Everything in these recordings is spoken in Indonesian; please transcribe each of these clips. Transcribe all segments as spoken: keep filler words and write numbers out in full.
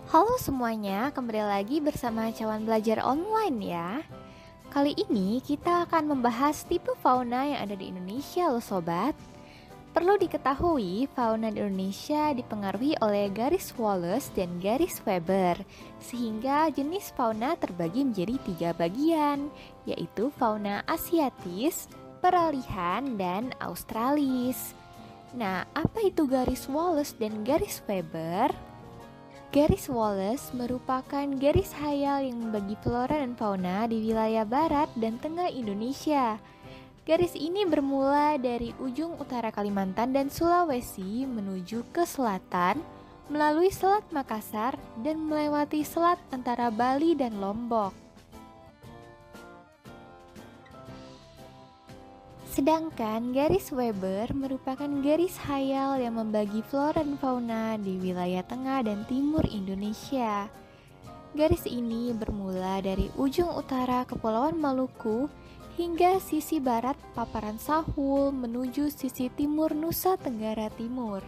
Halo semuanya, kembali lagi bersama Cawan Belajar Online ya. Kali ini kita akan membahas tipe fauna yang ada di Indonesia loh sobat. Perlu diketahui, fauna di Indonesia dipengaruhi oleh garis Wallace dan garis Weber, sehingga jenis fauna terbagi menjadi tiga bagian, yaitu fauna asiatis, peralihan, dan australis. Nah, apa itu garis Wallace dan garis Weber? Garis Wallace merupakan garis hayal yang membagi flora dan fauna di wilayah barat dan tengah Indonesia. Garis ini bermula dari ujung utara Kalimantan dan Sulawesi menuju ke selatan, melalui Selat Makassar dan melewati selat antara Bali dan Lombok. Sedangkan garis Weber merupakan garis hayal yang membagi flora dan fauna di wilayah tengah dan timur Indonesia. Garis ini bermula dari ujung utara Kepulauan Maluku hingga sisi barat paparan Sahul menuju sisi timur Nusa Tenggara Timur.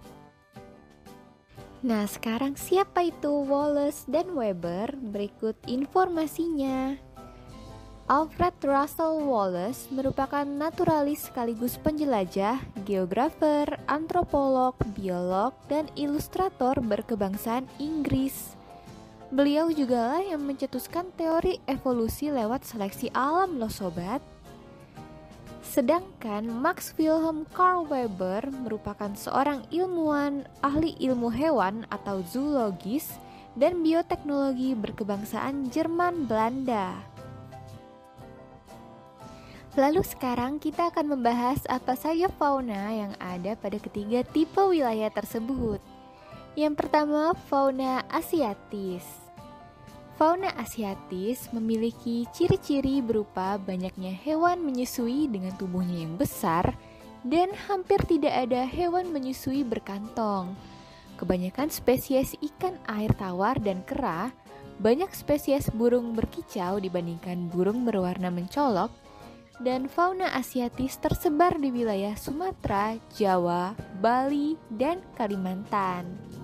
Nah, sekarang siapa itu Wallace dan Weber? Berikut informasinya. Alfred Russel Wallace merupakan naturalis sekaligus penjelajah, geografer, antropolog, biolog, dan ilustrator berkebangsaan Inggris. Beliau juga lah yang mencetuskan teori evolusi lewat seleksi alam loh sobat. Sedangkan Max Wilhelm Carl Weber merupakan seorang ilmuwan, ahli ilmu hewan atau zoologis, dan bioteknologi berkebangsaan Jerman Belanda. Lalu sekarang kita akan membahas apa saja fauna yang ada pada ketiga tipe wilayah tersebut. Yang pertama, fauna asiatis. Fauna asiatis memiliki ciri-ciri berupa banyaknya hewan menyusui dengan tubuhnya yang besar dan hampir tidak ada hewan menyusui berkantong. Kebanyakan spesies ikan air tawar dan kera, banyak spesies burung berkicau dibandingkan burung berwarna mencolok, dan fauna asiatis tersebar di wilayah Sumatera, Jawa, Bali, dan Kalimantan.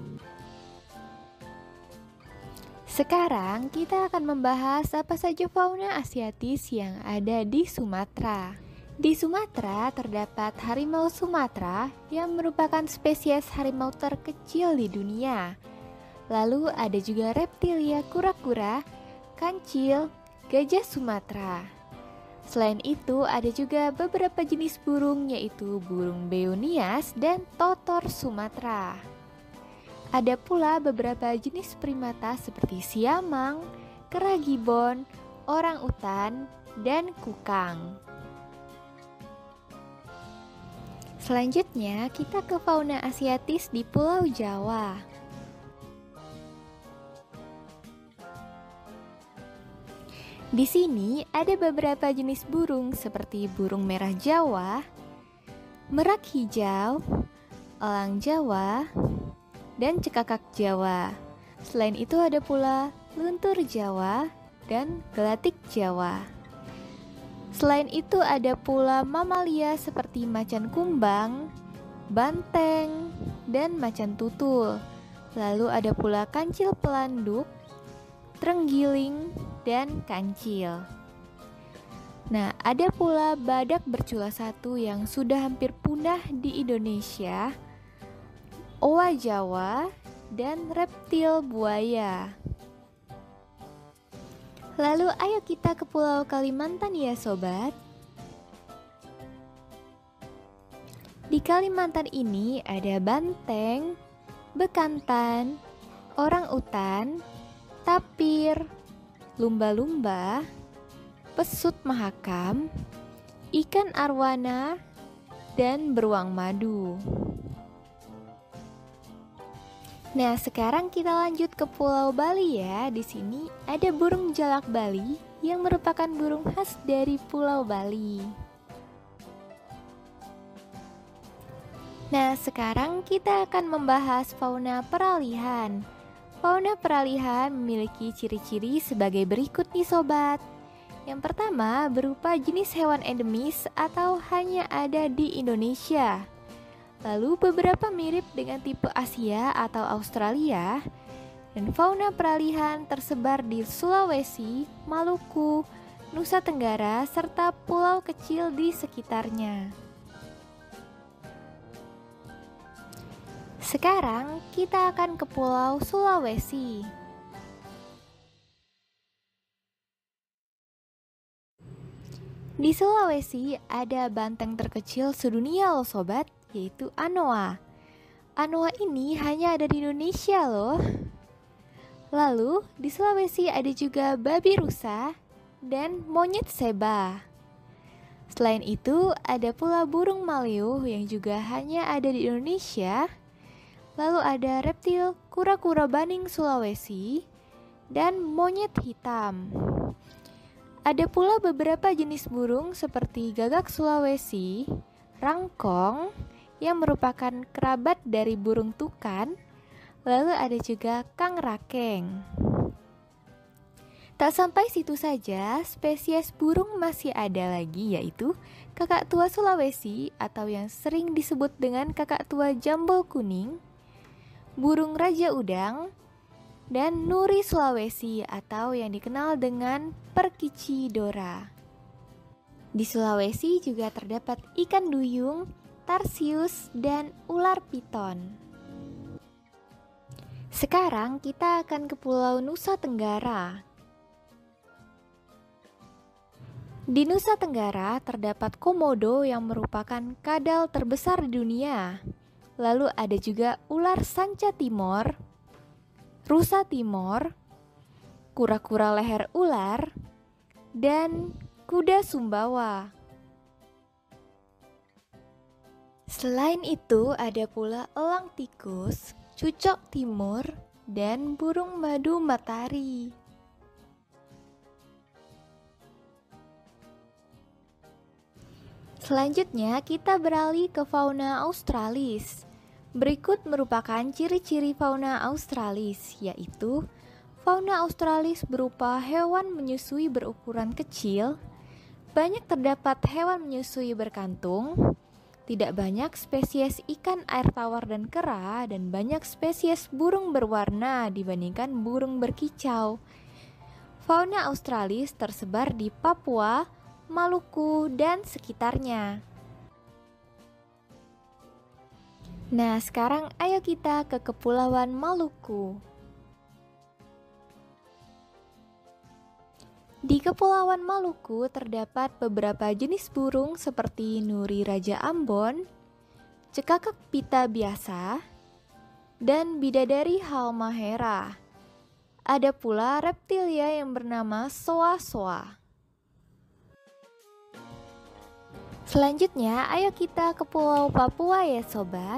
Sekarang kita akan membahas apa saja fauna asiatis yang ada di Sumatera. Di Sumatera terdapat harimau Sumatera yang merupakan spesies harimau terkecil di dunia. Lalu ada juga reptilia kura-kura, kancil, gajah Sumatera. Selain itu ada juga beberapa jenis burung yaitu burung beonias dan totor Sumatera. Ada pula beberapa jenis primata seperti siamang, kera gibbon, orang utan, dan kukang. Selanjutnya kita ke fauna asiatis di Pulau Jawa. Di sini ada beberapa jenis burung seperti burung merah Jawa, merak hijau, elang Jawa, dan cekakak Jawa. Selain itu ada pula luntur Jawa dan gelatik Jawa. Selain itu ada pula mamalia seperti macan kumbang, banteng, dan macan tutul. Lalu ada pula kancil pelanduk, terenggiling, dan kancil. Nah, ada pula badak bercula satu yang sudah hampir punah di Indonesia, owa Jawa, dan reptil buaya. Lalu ayo kita ke Pulau Kalimantan ya sobat. Di Kalimantan ini ada banteng, bekantan, orang utan, tapir, lumba-lumba, pesut mahakam, ikan arwana, dan beruang madu. Nah, sekarang kita lanjut ke Pulau Bali ya. Di sini ada burung jalak Bali yang merupakan burung khas dari Pulau Bali. Nah, sekarang kita akan membahas fauna peralihan. Fauna peralihan memiliki ciri-ciri sebagai berikut nih sobat. Yang pertama berupa jenis hewan endemis atau hanya ada di Indonesia. Lalu beberapa mirip dengan tipe Asia atau Australia, dan fauna peralihan tersebar di Sulawesi, Maluku, Nusa Tenggara, serta pulau kecil di sekitarnya. Sekarang kita akan ke Pulau Sulawesi. Di Sulawesi ada banteng terkecil sedunia loh sobat, yaitu Anoa. Anoa ini hanya ada di Indonesia loh. Lalu di Sulawesi ada juga babi rusa dan monyet seba. Selain itu ada pula burung maleo yang juga hanya ada di Indonesia. Lalu ada reptil kura-kura baning Sulawesi dan monyet hitam. Ada pula beberapa jenis burung seperti gagak Sulawesi, rangkong yang merupakan kerabat dari burung tukan. Lalu ada juga kang rakeng. Tak sampai situ saja, spesies burung masih ada lagi, yaitu kakak tua Sulawesi atau yang sering disebut dengan kakak tua jambul kuning, burung raja udang, dan nuri Sulawesi atau yang dikenal dengan perkici dora. Di Sulawesi juga terdapat ikan duyung, tarsius, dan ular piton. Sekarang kita akan ke Pulau Nusa Tenggara. Di Nusa Tenggara terdapat komodo yang merupakan kadal terbesar di dunia. Lalu ada juga ular sanca timor, rusa timor, kura-kura leher ular, dan kuda sumbawa. Selain itu ada pula elang tikus, cucok timur, dan burung madu matahari. Selanjutnya kita beralih ke fauna Australis. Berikut merupakan ciri-ciri fauna Australis, yaitu fauna Australis berupa hewan menyusui berukuran kecil, banyak terdapat hewan menyusui berkantung, tidak banyak spesies ikan air tawar dan kera, dan banyak spesies burung berwarna dibandingkan burung berkicau. Fauna Australis tersebar di Papua, Maluku, dan sekitarnya. Nah, sekarang ayo kita ke Kepulauan Maluku. Di Kepulauan Maluku terdapat beberapa jenis burung seperti nuri raja Ambon, cekakak pita biasa, dan bidadari halmahera. Ada pula reptilia yang bernama soa-soa. Selanjutnya, ayo kita ke Pulau Papua ya sobat.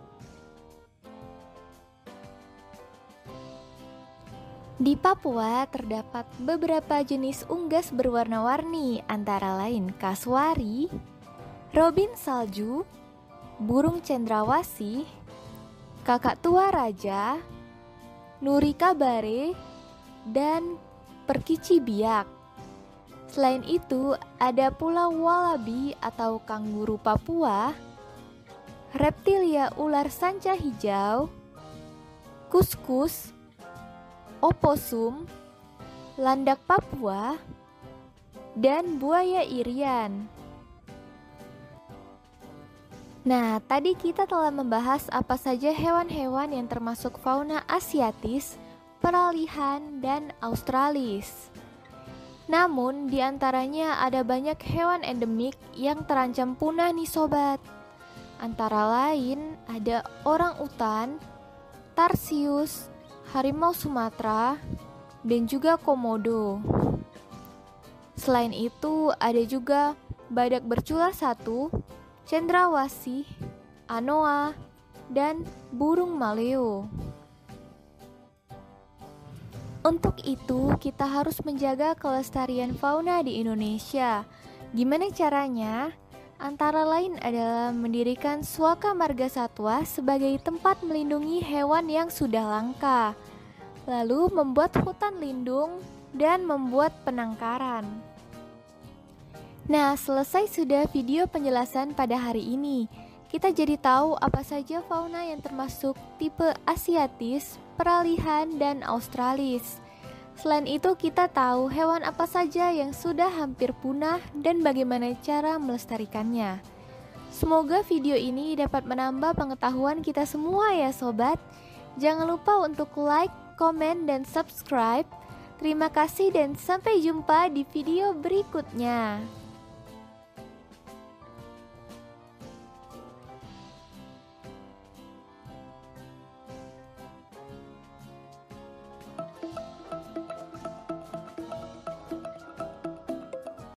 Di Papua terdapat beberapa jenis unggas berwarna-warni, antara lain kasuari, robin salju, burung cendrawasih, kakak tua raja, nuri kabare, dan perkici biak. Selain itu, ada pula wallaby atau kanguru Papua, reptilia ular sanca hijau, kuskus, oposum, landak Papua, dan buaya irian. Nah, tadi kita telah membahas apa saja hewan-hewan yang termasuk fauna asiatis, peralihan, dan australis. Namun, di antaranya ada banyak hewan endemik yang terancam punah nih sobat. Antara lain ada orang utan, tarsius, harimau Sumatera, dan juga komodo. Selain itu ada juga badak bercular satu, cendrawasih, anoa, dan burung maleo. Untuk itu kita harus menjaga kelestarian fauna di Indonesia. Gimana caranya? Antara lain adalah mendirikan Suaka Marga Satwa sebagai tempat melindungi hewan yang sudah langka, lalu membuat hutan lindung dan membuat penangkaran. Nah, selesai sudah video penjelasan pada hari ini. kita jadi tahu apa saja fauna yang termasuk tipe Asiatis, Peralihan, dan Australis. Selain itu, kita tahu hewan apa saja yang sudah hampir punah dan bagaimana cara melestarikannya. Semoga video ini dapat menambah pengetahuan kita semua ya sobat. Jangan lupa untuk like, komen, dan subscribe. Terima kasih dan sampai jumpa di video berikutnya.